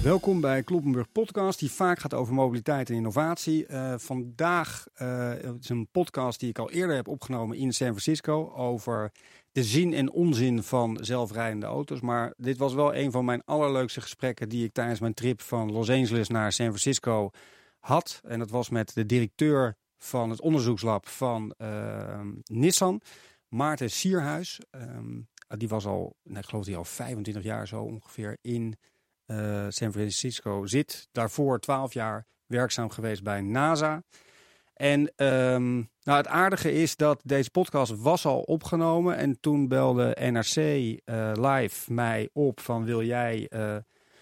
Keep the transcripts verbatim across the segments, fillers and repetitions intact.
Welkom bij Kloppenburg Podcast, die vaak gaat over mobiliteit en innovatie. Uh, vandaag uh, het is een podcast die ik al eerder heb opgenomen in San Francisco over de zin en onzin van zelfrijdende auto's. Maar dit was wel een van mijn allerleukste gesprekken die ik tijdens mijn trip van Los Angeles naar San Francisco had. En dat was met de directeur van het onderzoekslab van uh, Nissan, Maarten Sierhuis. Um, die was al, nee, ik geloof dat hij al vijfentwintig jaar zo ongeveer in Uh, San Francisco zit. Daarvoor twaalf jaar werkzaam geweest bij NASA. En um, nou, het aardige is dat deze podcast was al opgenomen. En toen belde N R C uh, live mij op van wil jij uh,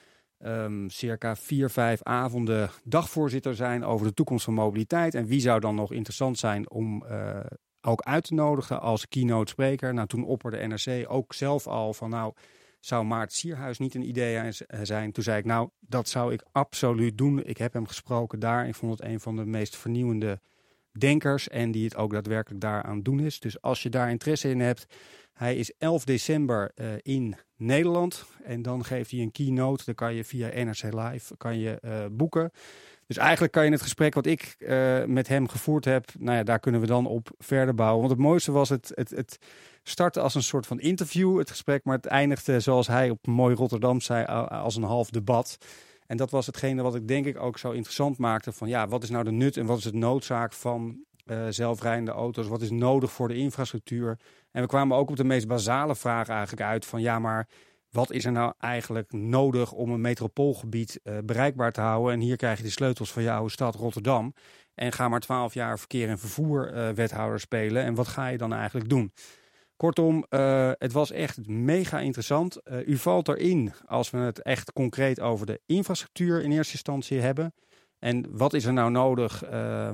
um, circa vier, vijf avonden dagvoorzitter zijn over de toekomst van mobiliteit. En wie zou dan nog interessant zijn om uh, ook uit te nodigen als keynote spreker. Nou, toen opperde N R C ook zelf al van nou, zou Maarten Sierhuis niet een idee zijn? Toen zei ik, nou, dat zou ik absoluut doen. Ik heb hem gesproken daar. Ik vond het een van de meest vernieuwende denkers en die het ook daadwerkelijk daar aan doen is. Dus als je daar interesse in hebt, hij is elf december uh, in Nederland en dan geeft hij een keynote. Dan kan je via N R C Live kan je, uh, boeken. Dus eigenlijk kan je het gesprek wat ik uh, met hem gevoerd heb, nou ja, daar kunnen we dan op verder bouwen. Want het mooiste was het, het, het startte als een soort van interview, het gesprek, maar het eindigde, zoals hij op mooi Rotterdam zei, als een half debat. En dat was hetgene wat ik denk ik ook zo interessant maakte van ja, wat is nou de nut en wat is het noodzaak van uh, zelfrijdende auto's? Wat is nodig voor de infrastructuur? En we kwamen ook op de meest basale vraag eigenlijk uit van ja, maar wat is er nou eigenlijk nodig om een metropoolgebied uh, bereikbaar te houden? En hier krijg je de sleutels van jouw stad Rotterdam. En ga maar twaalf jaar verkeer en vervoer uh, wethouder spelen. En wat ga je dan eigenlijk doen? Kortom, uh, het was echt mega interessant. Uh, u valt erin als we het echt concreet over de infrastructuur in eerste instantie hebben. En wat is er nou nodig uh,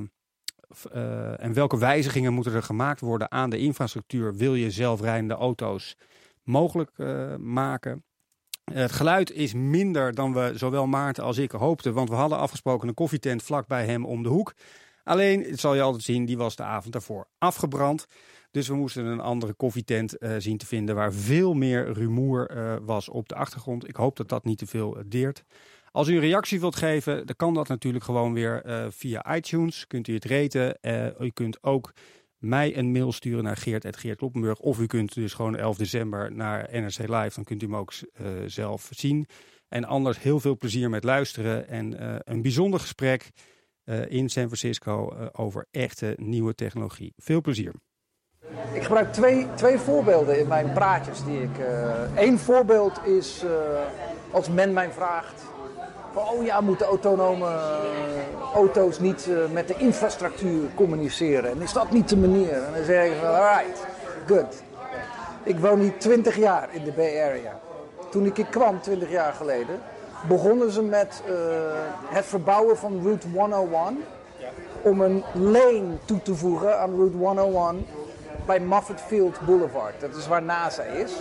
uh, en welke wijzigingen moeten er gemaakt worden aan de infrastructuur? Wil je zelfrijdende auto's mogelijk uh, maken? Uh, het geluid is minder dan we zowel Maarten als ik hoopten, want we hadden afgesproken een koffietent vlak bij hem om de hoek. Alleen, het zal je altijd zien, die was de avond daarvoor afgebrand. Dus we moesten een andere koffietent uh, zien te vinden waar veel meer rumoer uh, was op de achtergrond. Ik hoop dat dat niet te veel uh, deert. Als u een reactie wilt geven, dan kan dat natuurlijk gewoon weer uh, via iTunes. Kunt u het raten. Uh, u kunt ook mij een mail sturen naar geert at geert kloppenburg. Of u kunt dus gewoon elf december naar N R C Live. Dan kunt u hem ook uh, zelf zien. En anders heel veel plezier met luisteren. En uh, een bijzonder gesprek uh, in San Francisco uh, over echte nieuwe technologie. Veel plezier. Ik gebruik twee, twee voorbeelden in mijn praatjes die ik... Eén uh, voorbeeld is uh, als men mij vraagt van oh ja, moeten autonome uh, auto's niet uh, met de infrastructuur communiceren? En is dat niet de manier? En dan zeg ik van alright, good. Ik woon hier twintig jaar in de Bay Area. Toen ik hier kwam, twintig jaar geleden, begonnen ze met uh, het verbouwen van Route honderdéén om een lane toe te voegen aan Route honderdéén bij Moffett Field Boulevard. Dat is waar NASA is.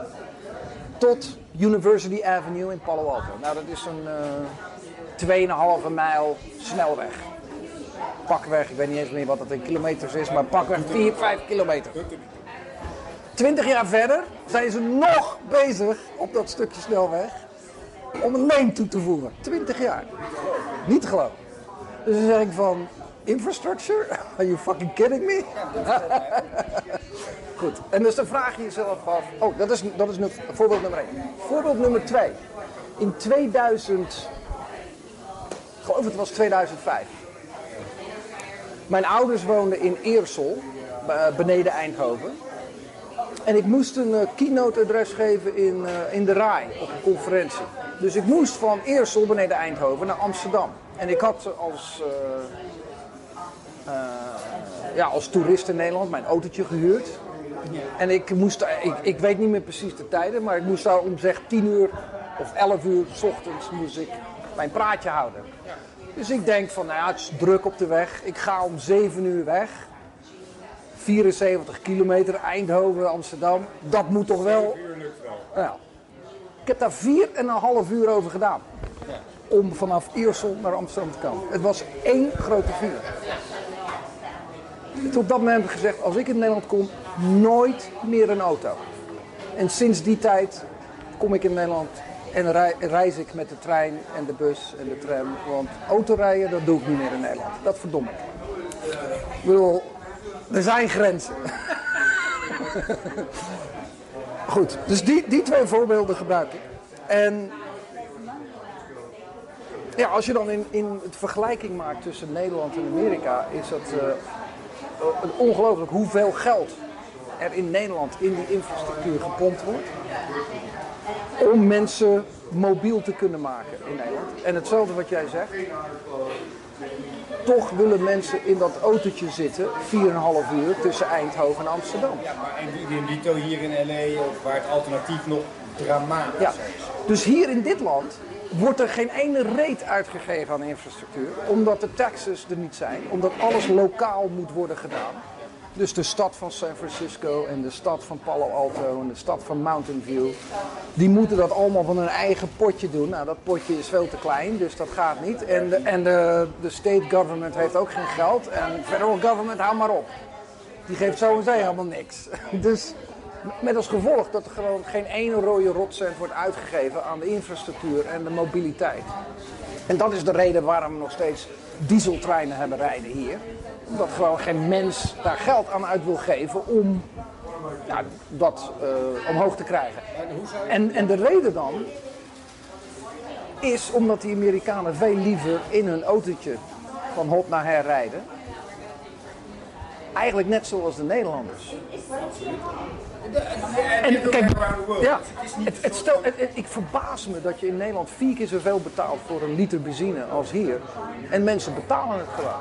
Tot University Avenue in Palo Alto. Nou, dat is een uh, twee komma vijf mijl snelweg. Pakweg, ik weet niet eens meer wat dat in kilometers is, maar pakweg vier, vijf kilometer. Twintig jaar verder zijn ze nog bezig op dat stukje snelweg om een lane toe te voegen. Twintig jaar. Niet te geloven. Dus dan zeg ik van, infrastructure? Are you fucking kidding me? Goed, en dus dan vraag je jezelf af... Oh, dat is, dat is nu, voorbeeld nummer één. Voorbeeld nummer twee. In tweeduizend... Ik geloof het was tweeduizend vijf. Mijn ouders woonden in Eersel, beneden Eindhoven. En ik moest een uh, keynote-adres geven in, uh, in de Rai, op een conferentie. Dus ik moest van Eersel, beneden Eindhoven, naar Amsterdam. En ik had als... Uh, Uh, ja, als toerist in Nederland mijn autootje gehuurd. En ik moest, ik, ik weet niet meer precies de tijden, maar ik moest daar om zeg tien uur of elf uur 's ochtends moest ik mijn praatje houden. Dus ik denk van, nou ja, het is druk op de weg. Ik ga om zeven uur weg. vierenzeventig kilometer, Eindhoven, Amsterdam. Dat moet toch wel... Nou, ik heb daar vier en een half uur over gedaan. Om vanaf Eersel naar Amsterdam te komen. Het was één grote file. Toen op dat moment heb ik gezegd, als ik in Nederland kom, nooit meer een auto. En sinds die tijd kom ik in Nederland en rei, reis ik met de trein en de bus en de tram. Want autorijden, dat doe ik niet meer in Nederland. Dat verdom ik. Ik bedoel, er zijn grenzen. Goed, dus die, die twee voorbeelden gebruik ik. En ja, als je dan in, in het vergelijking maakt tussen Nederland en Amerika, is dat uh, ongelooflijk hoeveel geld er in Nederland in die infrastructuur gepompt wordt. Om mensen mobiel te kunnen maken in Nederland. En hetzelfde wat jij zegt. Toch willen mensen in dat autootje zitten, vier en een half uur tussen Eindhoven en Amsterdam. Ja, maar en in Lito hier in L A, waar het alternatief nog dramatisch ja. is. Dus hier in dit land wordt er geen ene reet uitgegeven aan infrastructuur, omdat de taxes er niet zijn, omdat alles lokaal moet worden gedaan. Dus de stad van San Francisco en de stad van Palo Alto en de stad van Mountain View, die moeten dat allemaal van hun eigen potje doen. Nou, dat potje is veel te klein, dus dat gaat niet. En de, en de, de state government heeft ook geen geld en de federal government, hou maar op. Die geeft sowieso helemaal niks. Dus met als gevolg dat er gewoon geen ene rode rotcent wordt uitgegeven aan de infrastructuur en de mobiliteit. En dat is de reden waarom we nog steeds dieseltreinen hebben rijden hier. Omdat gewoon geen mens daar geld aan uit wil geven om ja, dat uh, omhoog te krijgen. En, en de reden dan is omdat die Amerikanen veel liever in hun autootje van hot naar her rijden. Eigenlijk net zoals de Nederlanders. En kijk, ja, het, het stel, het, het, ik verbaas me dat je in Nederland vier keer zoveel betaalt voor een liter benzine als hier. En mensen betalen het gewoon.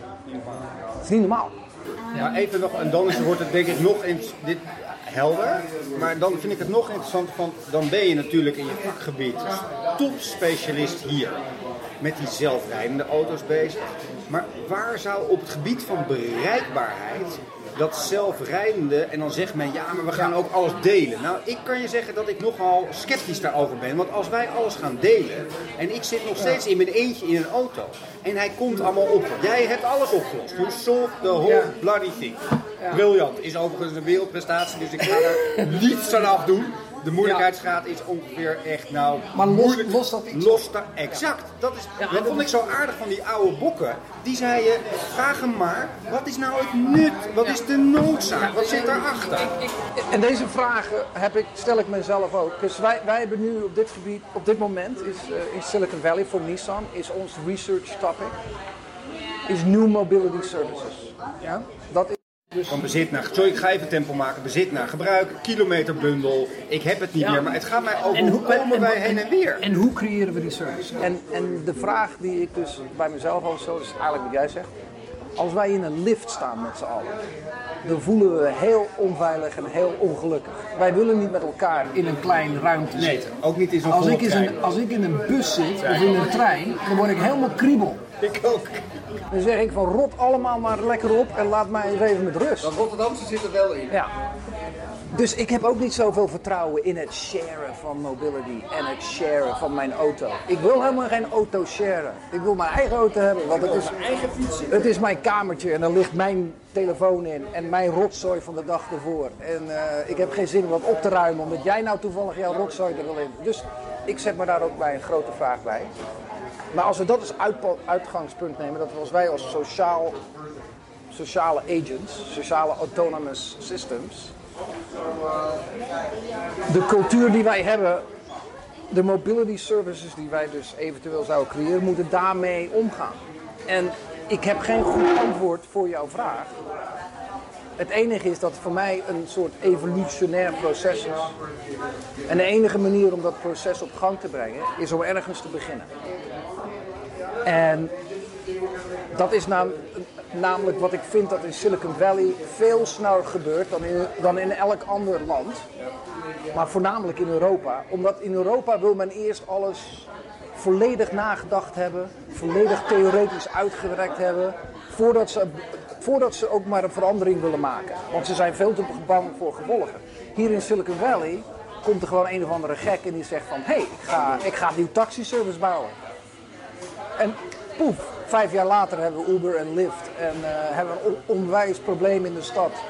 Het is niet normaal. Ja, even nog, en dan is, wordt het denk ik nog eens dit helder. Maar dan vind ik het nog interessant, want dan ben je natuurlijk in je vakgebied topspecialist hier. Met die zelfrijdende auto's bezig. Maar waar zou op het gebied van bereikbaarheid dat zelfrijdende, en dan zegt men ja, maar we gaan ook alles delen. Nou, ik kan je zeggen dat ik nogal sceptisch daarover ben. Want als wij alles gaan delen, en ik zit nog steeds in mijn eentje in een auto, en hij komt allemaal op. Jij hebt alles opgelost. You solved the whole ja. bloody thing. Ja. Briljant. Is overigens een wereldprestatie, dus ik ga er niets aan afdoen. De moeilijkheidsgraad is ongeveer echt nou... Maar los, los dat iets? Los dat, exact. Dat, is, ja, dat vond ik zo aardig van die oude bokken. Die zeiden, vraag hem maar, wat is nou het nut? Wat is de noodzaak? Wat zit daarachter? En deze vragen heb ik, stel ik mezelf ook. Dus wij, wij hebben nu op dit gebied, op dit moment, is, uh, in Silicon Valley voor Nissan, is ons research topic, is New Mobility Services. Ja? Dat is Dus van bezit naar, sorry, ik ga even tempo maken, bezit naar gebruik, kilometerbundel, ik heb het niet ja. meer, maar het gaat mij over en hoe komen en, wij en, heen en weer. En hoe creëren we die service? En, en de vraag die ik dus bij mezelf al zo, is eigenlijk wat jij zegt, als wij in een lift staan met z'n allen, dan voelen we heel onveilig en heel ongelukkig. Wij willen niet met elkaar in een kleine ruimte nee, zitten. Ook niet in zo'n als ik in een, als ik in een bus zit of in een trein, dan word ik helemaal kriebel. Ik ook. Dan zeg ik van rot allemaal maar lekker op en laat mij eens even met rust. Dat Rotterdamse zit er wel in. Ja. Dus ik heb ook niet zoveel vertrouwen in het sharen van mobility en het sharen van mijn auto. Ik wil helemaal geen auto sharen. Ik wil mijn eigen auto hebben, want het is, het is mijn kamertje en er ligt mijn telefoon in en mijn rotzooi van de dag ervoor. En uh, ik heb geen zin om dat op te ruimen, omdat jij nou toevallig jouw rotzooi er wil in. Dus ik zet me daar ook bij een grote vraag bij. Maar als we dat als uitgangspunt nemen, dat we als wij als sociaal, sociale agents, sociale autonomous systems, de cultuur die wij hebben, de mobility services die wij dus eventueel zouden creëren, moeten daarmee omgaan. En ik heb geen goed antwoord voor jouw vraag. Het enige is dat het voor mij een soort evolutionair proces is. En de enige manier om dat proces op gang te brengen, is om ergens te beginnen. En dat is nam, namelijk wat ik vind dat in Silicon Valley veel sneller gebeurt dan in, dan in elk ander land. Maar voornamelijk in Europa. Omdat in Europa wil men eerst alles volledig nagedacht hebben, volledig theoretisch uitgewerkt hebben, voordat ze, voordat ze ook maar een verandering willen maken. Want ze zijn veel te bang voor gevolgen. Hier in Silicon Valley komt er gewoon een of andere gek en die zegt van, hé, hey, ik ga, ik ga een nieuw taxiservice bouwen. En poef, vijf jaar later hebben we Uber en Lyft en uh, hebben we een onwijs probleem in de stad.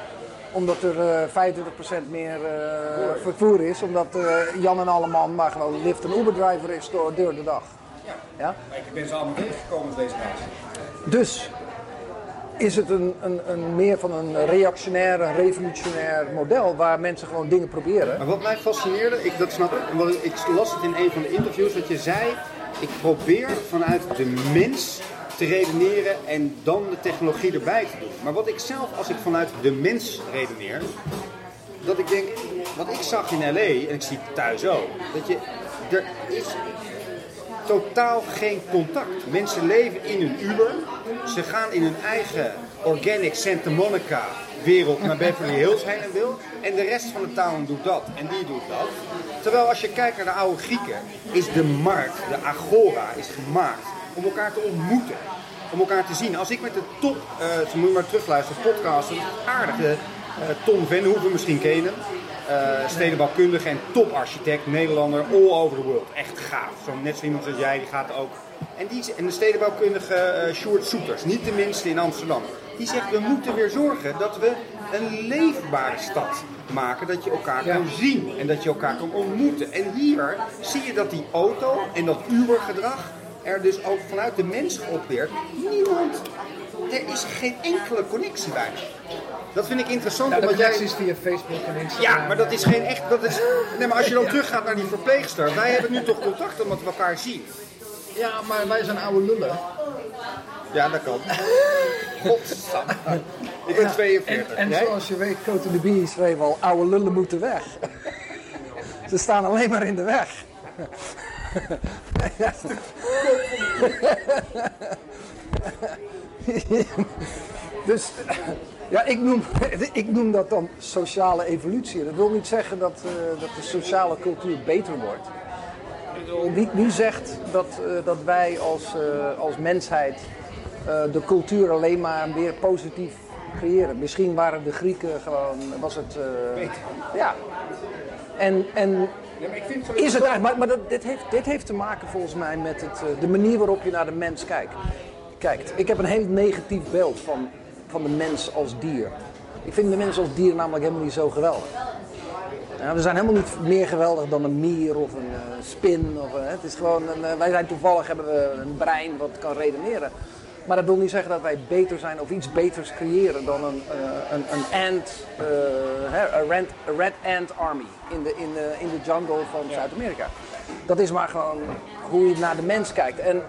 Omdat er uh, vijfentwintig procent meer uh, vervoer is. Omdat uh, Jan en Alleman maar gewoon Lyft en Uber driver is door, door de dag. Ja, ja? Maar ik ben ze allemaal tegengekomen op deze reis. Dus is het een, een, een meer van een reactionair, een revolutionair model waar mensen gewoon dingen proberen. Maar wat mij fascineerde, ik, dat snap ik, want ik las het in een van de interviews, dat je zei, ik probeer vanuit de mens te redeneren en dan de technologie erbij te doen. Maar wat ik zelf, als ik vanuit de mens redeneer, dat ik denk, wat ik zag in L A, en ik zie het thuis ook, dat je, er is totaal geen contact. Mensen leven in hun Uber, ze gaan in hun eigen organic Santa Monica wereld naar Beverly Hills heen en wil. En de rest van de town doet dat en die doet dat. Terwijl als je kijkt naar de oude Grieken, is de markt, de agora, is gemaakt om elkaar te ontmoeten. Om elkaar te zien. Als ik met de top, uh, ze moet je maar terugluisteren, podcast, een aardige uh, Tom Venhoeven misschien kennen. Uh, stedenbouwkundige en toparchitect, Nederlander, all over the world. Echt gaaf. Zo, net zo iemand als jij, die gaat ook. En, die, en de stedenbouwkundige uh, Sjoerd Soeters, niet de minste in Amsterdam. Die zegt, we moeten weer zorgen dat we een leefbare stad maken. Dat je elkaar ja. kan zien en dat je elkaar kan ontmoeten. En hier zie je dat die auto en dat Uber-gedrag er dus ook vanuit de mens opweert. Niemand, er is geen enkele connectie bij. Dat vind ik interessant. Ja, de omdat jij is via Facebook en Instagram. Ja, maar dat is geen echt. Dat is, nee, maar als je dan teruggaat naar die verpleegster, wij hebben nu toch contact omdat we elkaar zien. Ja, maar wij zijn oude lullen. Ja, dat kan. Godsamme. Ik ben ja, tweeënveertig. En, en Jij? zoals je weet, Cote de Bie schreef al, oude lullen moeten weg. Ze staan alleen maar in de weg. Dus ja, ik noem, ik noem dat dan sociale evolutie. Dat wil niet zeggen dat, uh, dat de sociale cultuur beter wordt. Wie, wie zegt dat, uh, dat wij als, uh, als mensheid uh, de cultuur alleen maar weer positief creëren? Misschien waren de Grieken gewoon, was het... Uh, ja. En... en Ja, maar ik vind is het eigenlijk, maar, maar dat, dit, heeft, dit heeft te maken volgens mij met het, uh, de manier waarop je naar de mens kijkt. kijkt. Ik heb een heel negatief beeld van, van de mens als dier. Ik vind de mens als dier namelijk helemaal niet zo geweldig. Ja, we zijn helemaal niet meer geweldig dan een mier of een uh, spin. Of, uh, het is gewoon een, uh, wij zijn toevallig hebben we een brein wat kan redeneren. Maar dat wil niet zeggen dat wij beter zijn of iets beters creëren dan een, uh, een, een ant, uh, een red, red ant army in de, in de, in de jungle van ja. Zuid-Amerika. Dat is maar gewoon hoe je naar de mens kijkt. En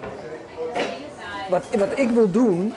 wat, wat ik wil doen,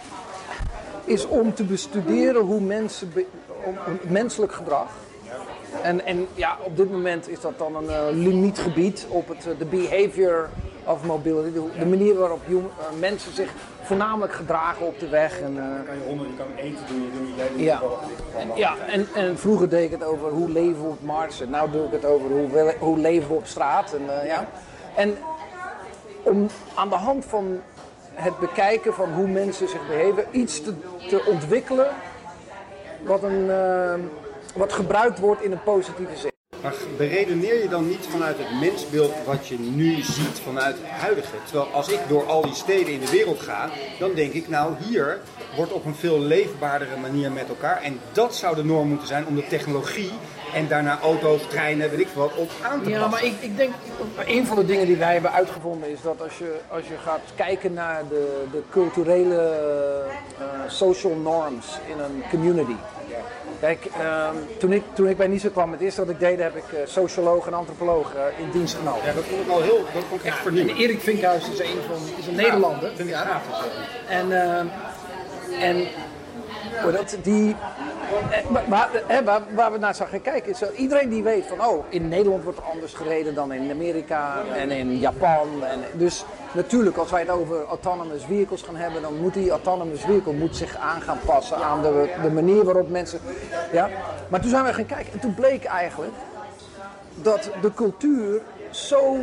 is om te bestuderen hoe mensen, be, om, om menselijk gedrag. En, en ja, op dit moment is dat dan een uh, limietgebied op het, uh, de behavior of mobility. De, de manier waarop human, uh, mensen zich voornamelijk gedragen op de weg. En, uh, dan kan je honden, je kan eten doen, je doet, jij doet ja. En, ja, en, en vroeger deed ik het over hoe leven we op Mars. En nu doe ik het over hoe, hoe leven we op straat. En, uh, ja. en om aan de hand van het bekijken van hoe mensen zich beheven, iets te, te ontwikkelen wat, een, uh, wat gebruikt wordt in een positieve zin. Maar beredeneer je dan niet vanuit het mensbeeld wat je nu ziet vanuit het huidige? Terwijl als ik door al die steden in de wereld ga, dan denk ik, nou hier wordt op een veel leefbaardere manier met elkaar. En dat zou de norm moeten zijn om de technologie en daarna auto's, treinen, weet ik veel wat, op aan te passen. Ja, maar ik, ik denk, een van de dingen die wij hebben uitgevonden is dat als je, als je gaat kijken naar de, de culturele uh, social norms in een community. Kijk, uh, toen, ik, toen ik bij NICE kwam, het eerste wat ik deed, heb ik uh, socioloog en antropoloog uh, in dienst genomen. Ja, dat vond ik al heel, dat vond ik echt ja, vernieuwend. Erik Vinkhuis is een, van, is een ja, Nederlander. Vind ik ja. gaaf. En, uh, en oh, dat, die, eh, waar, eh, waar, waar we naar zou gaan kijken is dat iedereen die weet van, oh, in Nederland wordt er anders gereden dan in Amerika en in Japan. En, dus natuurlijk, als wij het over autonomous vehicles gaan hebben, dan moet die autonomous vehicle moet zich aan gaan passen aan de, de manier waarop mensen... Ja. Maar toen zijn we gaan kijken en toen bleek eigenlijk dat de cultuur zo,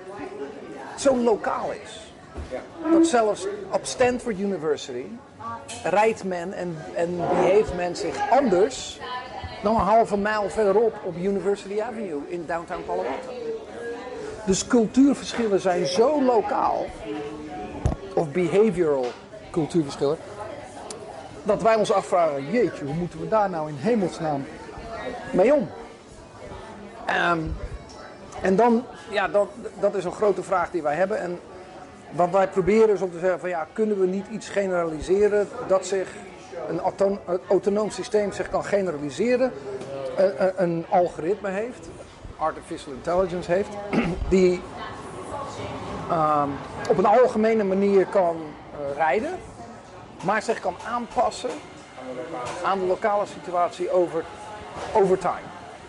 zo lokaal is. Dat zelfs op Stanford University rijdt men en, en beheeft men zich anders dan een halve mijl verderop op University Avenue in downtown Palo Alto. Dus cultuurverschillen zijn zo lokaal, of behavioral cultuurverschillen, dat wij ons afvragen, jeetje, hoe moeten we daar nou in hemelsnaam mee om? Um, en dan, ja, dat, dat is een grote vraag die wij hebben. En wat wij proberen is om te zeggen van ja, kunnen we niet iets generaliseren dat zich een auton- autonoom systeem zich kan generaliseren, een, een algoritme heeft, artificial intelligence heeft, die um, op een algemene manier kan uh, rijden, maar zich kan aanpassen aan de lokale situatie over, over time.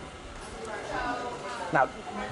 Nou,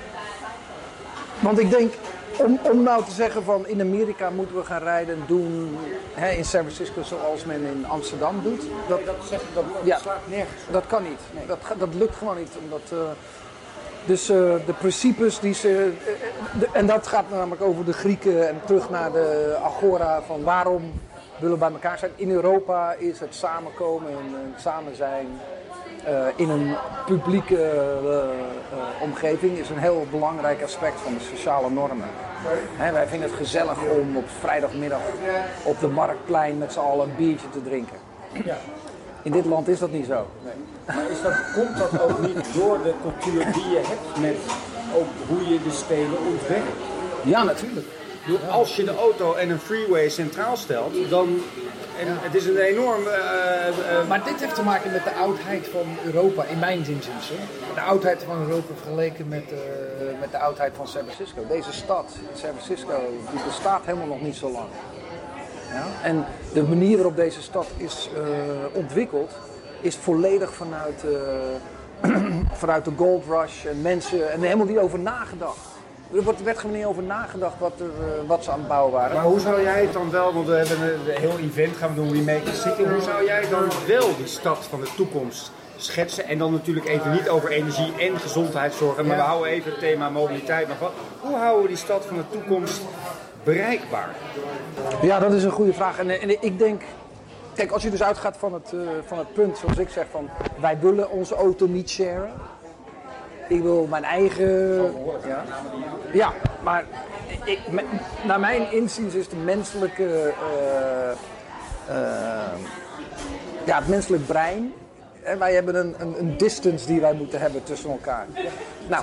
want ik denk, om, om nou te zeggen van in Amerika moeten we gaan rijden en doen, hè, in San Francisco zoals men in Amsterdam doet. Dat, Dat, zeg, dat, dat ja, slaat nergens. dat kan niet. Nee. Dat, dat lukt gewoon niet. Omdat, uh, dus uh, de principes die ze... Uh, de, en dat gaat namelijk over de Grieken en terug naar de Agora van waarom willen we bij elkaar zijn. In Europa is het samenkomen en het samen zijn uh, in een publieke uh, uh, omgeving is een heel belangrijk aspect van de sociale normen. He, wij vinden het gezellig om op vrijdagmiddag op de Marktplein met z'n allen een biertje te drinken. Ja. In dit land is dat niet zo. Nee. Maar is dat, komt dat ook niet door de cultuur die je hebt met ook hoe je de steden ontwerpt? Ja, natuurlijk. Als je de auto en een freeway centraal stelt, dan... En het is een enorm... Uh, uh, Maar dit heeft te maken met de oudheid van Europa, in mijn zinziens. De oudheid van Europa vergeleken met, uh, met de oudheid van San Francisco. Deze stad, San Francisco, die bestaat helemaal nog niet zo lang. Ja? En de manier waarop deze stad is uh, ontwikkeld, is volledig vanuit, uh, vanuit de gold rush en mensen, en helemaal niet over nagedacht. Er werd gewoon niet over nagedacht wat, er, uh, wat ze aan het bouwen waren. Maar hoe zou jij het dan wel, want we hebben een, een heel event gaan we doen, Remake the City. Hoe zou jij dan wel die stad van de toekomst schetsen? En dan natuurlijk even niet over energie en gezondheidszorg, maar we houden even het thema mobiliteit nog wat. Hoe houden we die stad van de toekomst bereikbaar? Ja, dat is een goede vraag. En, en ik denk, kijk, als je dus uitgaat van het, uh, van het punt, zoals ik zeg, van wij willen onze auto niet sharen. Ik wil mijn eigen... Ja, ja maar ik, me, naar mijn inziens is de menselijke... Uh, uh, ja, het menselijk brein... En wij hebben een, een, een distance die wij moeten hebben tussen elkaar. Nou,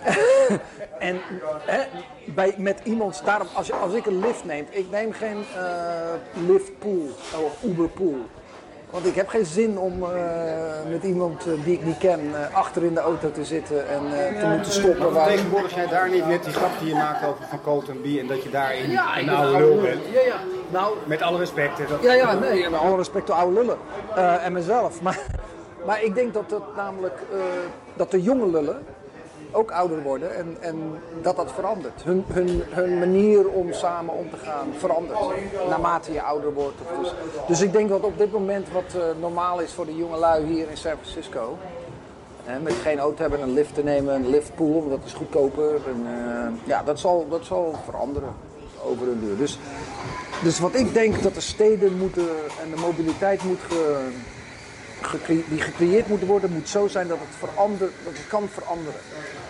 en hè, bij, met iemand, daarom, als, je, als ik een lift neem, ik neem geen uh, liftpool of Uberpool. Want ik heb geen zin om uh, met iemand uh, die ik niet ken uh, achter in de auto te zitten en uh, te ja, moeten stoppen. Maar waar... tegenwoordig jij daar niet net die grap die je maakt over Van Cote en Bie en dat je daarin ja, een oude lul bent. Ja, ja. Nou, met alle respect. Dat... Ja, ja, nee, met alle respect door oude lullen. Uh, en mezelf. Maar, maar ik denk dat het namelijk, uh, dat de jonge lullen ook ouder worden en, en dat dat verandert. Hun, hun, hun manier om samen om te gaan verandert naarmate je ouder wordt. Dus, dus ik denk dat op dit moment wat uh, normaal is voor de jonge lui hier in San Francisco, hè, met geen auto hebben, een lift te nemen, een liftpool, dat is goedkoper. En, uh, ja, dat zal, dat zal veranderen over een duur. Dus, dus wat ik denk dat de steden moeten en de mobiliteit moet ge, gecre- die gecreëerd moeten worden, moet zo zijn dat het, verandert, dat het kan veranderen.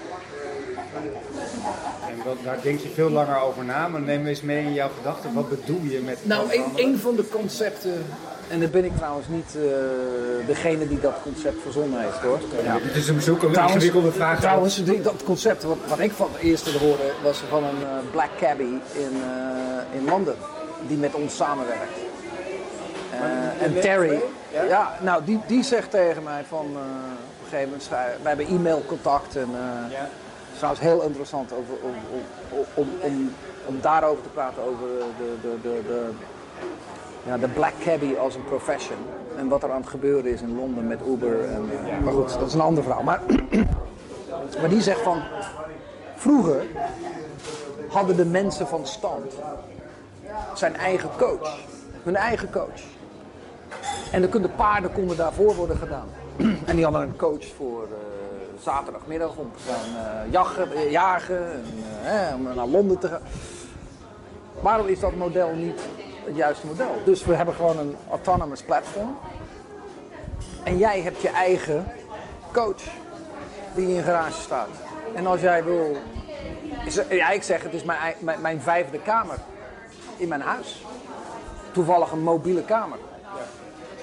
En dat, daar denk je veel langer over na, maar neem eens mee in jouw gedachten. Wat bedoel je met... Nou, een, een van de concepten, en dan ben ik trouwens niet uh, degene die dat concept verzonnen heeft, hoor. Ja, dit is een bezoek, een ingewikkelde vraag. Trouwens, die, dat concept wat, wat ik van het eerste hoorde, was van een uh, black cabbie in, uh, in Londen, die met ons samenwerkt. Uh, en Terry, ja? Ja, nou, die, die zegt tegen mij van, uh, op een gegeven moment, wij hebben e-mailcontact en... Uh, ja. Het is trouwens heel interessant over, om, om, om, om, om daarover te praten, over de, de, de, de, ja, de black cabbie als een profession. En wat er aan het gebeuren is in Londen met Uber. En, uh, maar goed, dat is een ander verhaal. Maar, maar die zegt van, vroeger hadden de mensen van stand zijn eigen coach. Hun eigen coach. En de, de paarden konden daarvoor worden gedaan. En die hadden een coach voor... Uh, zaterdagmiddag om te gaan uh, jagen, uh, jagen en, uh, om naar Londen te gaan. Waarom is dat model niet het juiste model? Dus we hebben gewoon een autonomous platform. En jij hebt je eigen coach die in een garage staat. En als jij wil... Is, ja, ik zeg het is mijn, mijn, mijn vijfde kamer in mijn huis. Toevallig een mobiele kamer.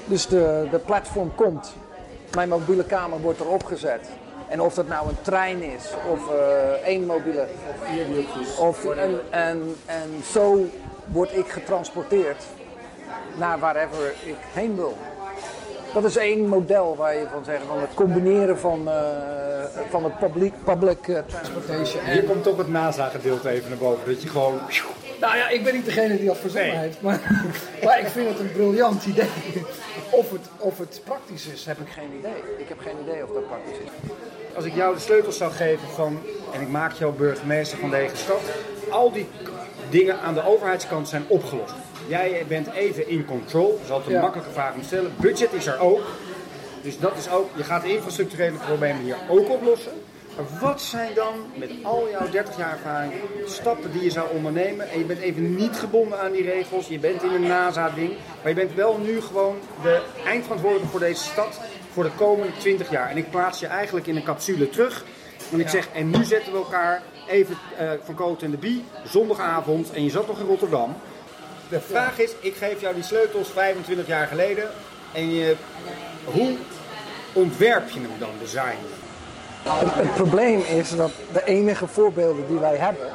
Dus de, de platform komt, mijn mobiele kamer wordt erop gezet. En of dat nou een trein is, of uh, één mobiele, of, en, en, en zo word ik getransporteerd naar wherever ik heen wil. Dat is één model waar je van zegt, van het combineren van, uh, van het public, public uh, transportation. Hier komt toch het NASA-gedeelte even naar boven, dat je gewoon... Nou ja, ik ben niet degene die dat verzonnen Nee. heeft, maar, maar ik vind het een briljant idee. Of het, of het praktisch is, heb ik geen idee. Ik heb geen idee of dat praktisch is. Als ik jou de sleutels zou geven van, en ik maak jou burgemeester van deze stad, al die dingen aan de overheidskant zijn opgelost. Jij bent even in control, dat is altijd een Ja. makkelijke vraag om te stellen. Budget is er ook, dus dat is ook, je gaat de infrastructurele problemen hier ook oplossen. Maar wat zijn dan, met al jouw dertig jaar ervaring, stappen die je zou ondernemen? En je bent even niet gebonden aan die regels, je bent in een NASA-ding, maar je bent wel nu gewoon de eindverantwoordelijke voor deze stad voor de komende twintig jaar. En ik plaats je eigenlijk in een capsule terug. En ik zeg, en nu zetten we elkaar even uh, van Cote en de Bie, zondagavond, en je zat nog in Rotterdam. De vraag is, ik geef jou die sleutels vijfentwintig jaar geleden. En je, hoe ontwerp je hem dan, design? Het, het probleem is dat de enige voorbeelden die wij hebben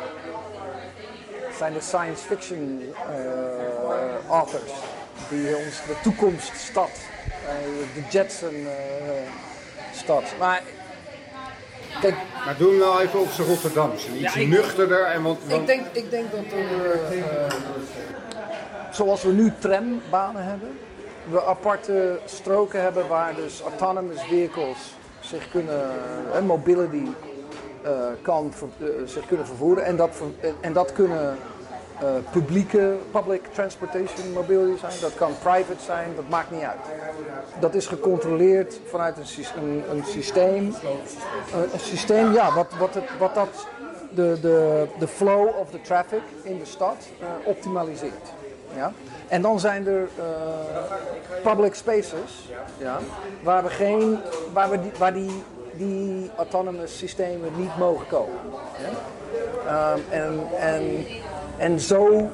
zijn de science fiction uh, authors die ons de toekomststad, uh, de Jetson uh, stad. Maar kijk, Maar doen we nou even op z'n Rotterdamse, iets Ja, ik- nuchterder. En want, want, Ik denk, ik denk dat er, uh, zoals we nu trambanen hebben, we aparte stroken hebben waar dus autonomous vehicles zich kunnen, en mobility uh, kan ver- uh, zich kunnen vervoeren en dat, ver- en dat kunnen uh, publieke, public transportation mobility zijn, dat kan private zijn, dat maakt niet uit. Dat is gecontroleerd vanuit een, sys- een, een systeem, uh, een systeem, ja, wat, wat, het, wat dat de, de, de flow of the traffic in de stad uh, optimaliseert. Ja? En dan zijn er uh, public spaces, ja, waar, we geen, waar, we die, waar die, die autonomous systemen niet mogen komen. Ja? Um, en, en, en zo. En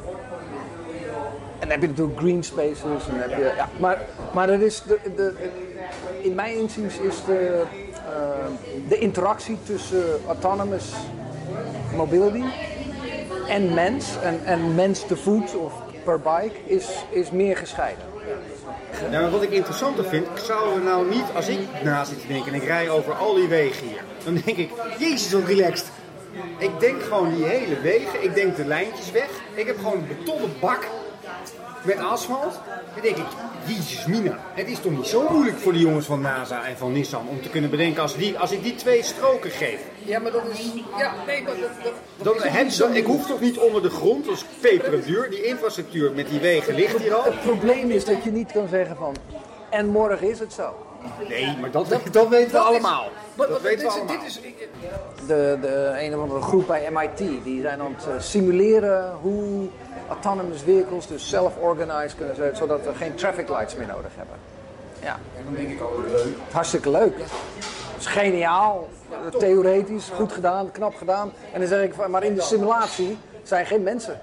dan heb je natuurlijk green spaces. En dan heb je, ja, maar, maar er is de, de, in mijn inziens is de, uh, de interactie tussen autonomous mobility en mens, en, en mens te voet of per bike, is, is meer gescheiden. Ja, maar wat ik interessanter vind, zou er nou niet, als ik na zit te denken en ik rij over al die wegen hier, dan denk ik, jezus wat relaxed. Ik denk gewoon die hele wegen, ik denk de lijntjes weg, ik heb gewoon een betonnen bak met asfalt. Dan denk ik, jezus mina, het is toch niet zo moeilijk voor de jongens van NASA en van Nissan om te kunnen bedenken als, die, als ik die twee stroken geef. ja, maar dat is, ja, nee, maar dat, dat, dat Dan is ook heb, niet zo dan, ik hoef toch niet onder de grond, dat is peperen duur, die infrastructuur met die wegen ligt hier al. Het probleem is dat je niet kan zeggen van, en morgen is het zo. Nee, maar dat, dat weten we dat is- allemaal. Maar, Dat maar weten we dit, is- allemaal. dit is, ik- De, de een of andere groep bij M I T, die zijn aan het uh, simuleren hoe autonomous vehicles dus self-organized kunnen zijn, zodat we geen traffic lights meer nodig hebben. Ja. En dan denk ik ook leuk. Hartstikke leuk. Dat is geniaal, theoretisch, goed gedaan, knap gedaan. En dan zeg ik van, maar in de simulatie zijn geen mensen.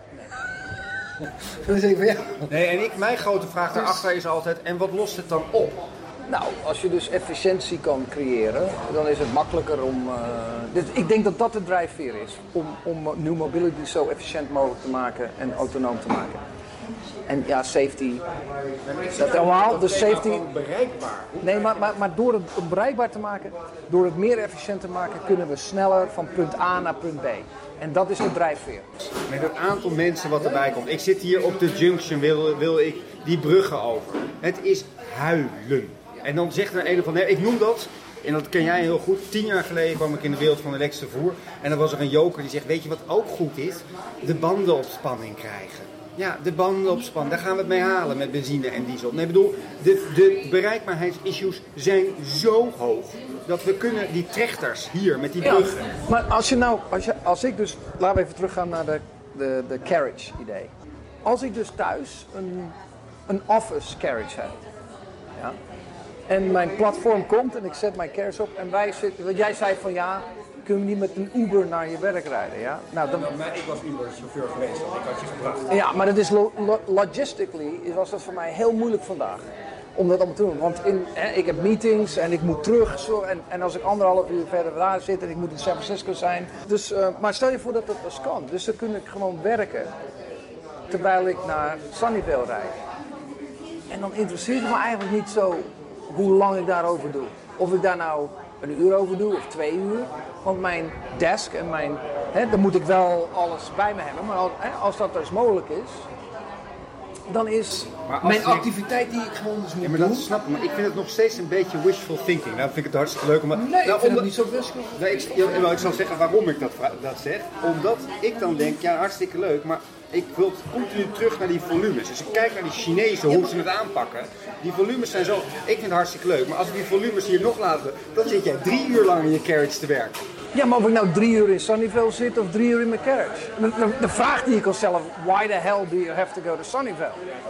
dan zeg ik van ja. Nee, en ik, mijn grote vraag daarachter is altijd, en wat lost het dan op? Nou, als je dus efficiëntie kan creëren, dan is het makkelijker om... Uh, dus ik denk dat dat de drijfveer is. Om, om new mobility zo efficiënt mogelijk te maken en autonoom te maken. En ja, safety. Dat allemaal, de safety... Bereikbaar. Nee, maar, maar, maar door het bereikbaar te maken, door het meer efficiënt te maken, kunnen we sneller van punt A naar punt B. En dat is de drijfveer. Met het aantal mensen wat erbij komt. Ik zit hier op de junction, wil, wil ik die bruggen over. Het is huilen. En dan zegt er een of andere, ik noem dat, en dat ken jij heel goed, tien jaar geleden kwam ik in de wereld van elektrisch vervoer. En dan was er een joker die zegt, weet je wat ook goed is? De banden op spanning krijgen. Ja, de banden op spanning, daar gaan we het mee halen met benzine en diesel. Nee, ik bedoel, de, de bereikbaarheidsissues zijn zo hoog dat we kunnen die trechters hier met die bruggen. Ja, maar als je nou, als, je, als ik dus, laten we even teruggaan naar de, de, de carriage idee. Als ik dus thuis een, een office carriage heb, ja, en mijn platform komt en ik zet mijn carriage op en wij zitten, want jij zei van ja, kunnen we niet met een Uber naar je werk rijden, ja? Nou, dan, Maar ik was Uber-chauffeur geweest, want ik had je gebracht. ja, maar dat is lo, lo, logistically was dat voor mij heel moeilijk vandaag. om dat allemaal te doen. Want in, hè, ik heb meetings en ik moet terug. Zo, en, en als ik anderhalf uur verder daar zit en ik moet in San Francisco zijn. Dus, uh, maar stel je voor dat dat dus kan. Dus dan kun ik gewoon werken terwijl ik naar Sunnyvale rijd. En dan interesseert het me eigenlijk niet zo hoe lang ik daarover doe. Of ik daar nou een uur over doe of twee uur. Want mijn desk en mijn... Hè, dan moet ik wel alles bij me hebben. Maar als, hè, als dat dus mogelijk is... Dan is mijn ik... activiteit die ik gewoon dus moet ja, maar doen... Dat snap ik, maar ik vind het nog steeds een beetje wishful thinking. Nou vind ik het hartstikke leuk om... Nee, nou, ik vind omdat... het niet zo wishful. Nee, ik, ja, nou, ik zal zeggen waarom ik dat, dat zeg. Omdat ik dan denk, ja hartstikke leuk, maar ik wil continu terug naar die volumes. Dus ik kijk naar die Chinezen, hoe ze het aanpakken. Die volumes zijn zo... Ik vind het hartstikke leuk, maar als we die volumes hier nog laten... dan zit jij drie uur lang in je carriage te werken. Ja, maar of ik nou drie uur in Sunnyvale zit of drie uur in mijn carriage. De, de, de vraag die ik al zelf, why the hell do you have to go to Sunnyvale?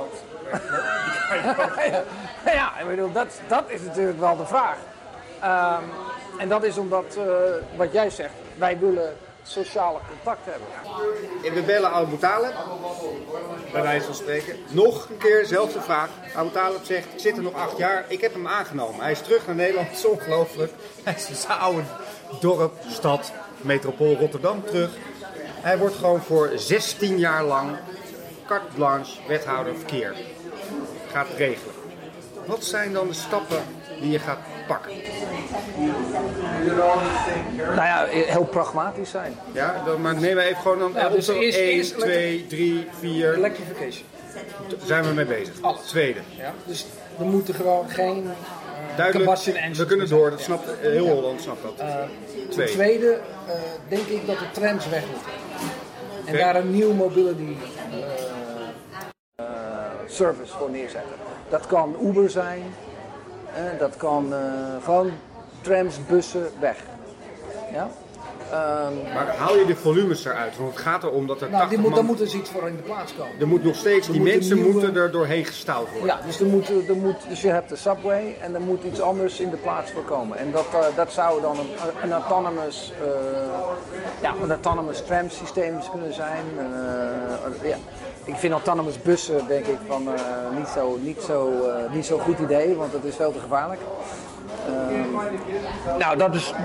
ja, ja, ik bedoel, dat, dat is natuurlijk wel de vraag. Um, en dat is omdat, uh, wat jij zegt, wij willen sociale contact hebben. We bellen Abu Talib, bij wijze van spreken. Nog een keer dezelfde vraag. Abu Talib zegt, ik zit er nog acht jaar, ik heb hem aangenomen. Hij is terug naar Nederland, het is ongelooflijk. Hij is in zijn oude dorp, stad, metropool Rotterdam terug. Hij wordt gewoon voor zestien jaar lang carte blanche wethouder verkeer. Gaat regelen. Wat zijn dan de stappen die je gaat pakken? Nou ja, heel pragmatisch zijn. Ja, dan, maar nemen we even gewoon dan Ja, dus eerst- één, eerst twee, drie, vier. Electrification. Daar zijn we mee bezig. Alles. Tweede. Ja, dus er moeten gewoon geen uh, Duidelijk, combustion engines we kunnen zijn. door, dat snapt, heel Holland snapt dat. Uh, ten Twee. tweede uh, denk ik dat de trams weg moeten. En Oké. daar een nieuw mobility uh, uh, service voor neerzetten. Dat kan Uber zijn, uh, dat kan uh, gewoon trams, bussen, weg. Ja? Um, Maar haal je de volumes eruit? Want het gaat erom dat er nou, die tachtig moet, man... daar moet dus iets voor in de plaats komen. Er moet nog steeds, die moeten mensen nieuwe- moeten er doorheen gestouwd worden. Ja, dus, er moet, er moet, dus je hebt de subway en er moet iets anders in de plaats voor komen. En dat, uh, dat zou dan een, een autonomous, uh, ja, een autonomous tram systeem kunnen zijn. Uh, ja. Ik vind autonomous bussen denk ik van uh, niet zo, niet zo, uh, niet zo goed idee, want dat is veel te gevaarlijk. Uh, nou, dat is.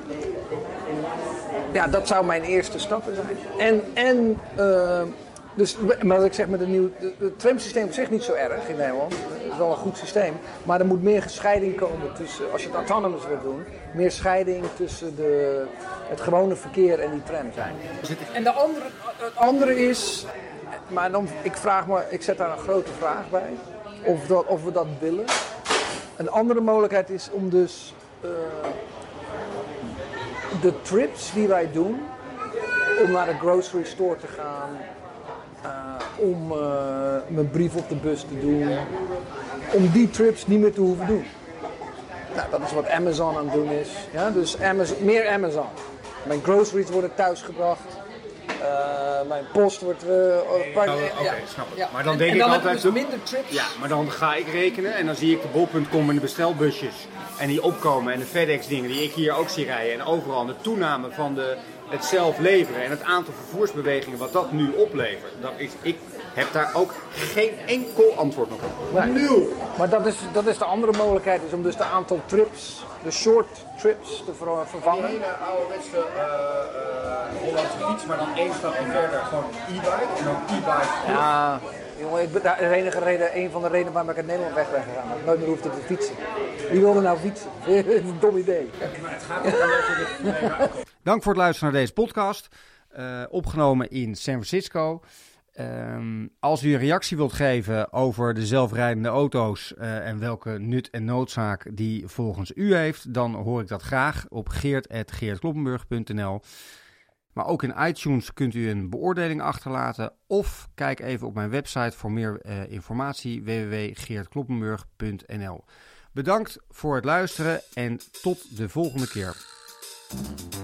Ja, dat zou mijn eerste stappen zijn. En, en uh, dus, maar wat ik zeg met een nieuw. Het tramsysteem op zich niet zo erg in Nederland. Het is wel een goed systeem. Maar er moet meer scheiding komen tussen, als je het autonomous wilt doen, meer scheiding tussen de, het gewone verkeer en die tram zijn. En de andere, het andere is. Maar dan, ik vraag me, ik zet daar een grote vraag bij. Of, dat, of we dat willen. Een andere mogelijkheid is om dus. Uh, de trips die wij doen, om naar de grocery store te gaan, uh, om uh, mijn brief op de bus te doen, om die trips niet meer te hoeven doen. Nou, dat is wat Amazon aan het doen is. Ja? Dus Amazon, meer Amazon. Mijn groceries worden thuisgebracht. Uh, mijn post wordt... Uh, Oké, okay, ja. snap ik. Ja. Maar dan en, denk en dan ik heb altijd... dus minder trips. Ja, maar dan ga ik rekenen en dan zie ik de bol punt com en de bestelbusjes en die opkomen en de FedEx dingen die ik hier ook zie rijden en overal de toename van de, het zelf leveren en het aantal vervoersbewegingen wat dat nu oplevert. Dat is, ik heb daar ook geen enkel antwoord op. Nee. Nul. Maar dat is, dat is de andere mogelijkheid, is om dus de aantal trips, de short trips te ver, vervangen. Een hele ouderwetse uh, uh, Hollandse fiets, maar dan één stapje verder gewoon e-bike en dan e-bike. Ja, jongen, ik ben, dat is de enige reden, een van de redenen waarom ik uit Nederland weg ben gegaan. Dat ik nooit meer hoefde te fietsen. Wie wilde nou fietsen? Dat is een dom idee. Maar het gaat erom dat je dit... Nee, maar... Dank voor het luisteren naar deze podcast. Uh, opgenomen in San Francisco. Um, als u een reactie wilt geven over de zelfrijdende auto's uh, en welke nut en noodzaak die volgens u heeft, dan hoor ik dat graag op geert at geert kloppenburg punt n l. Maar ook in iTunes kunt u een beoordeling achterlaten of kijk even op mijn website voor meer uh, informatie w w w punt geert kloppenburg punt n l. Bedankt voor het luisteren en tot de volgende keer.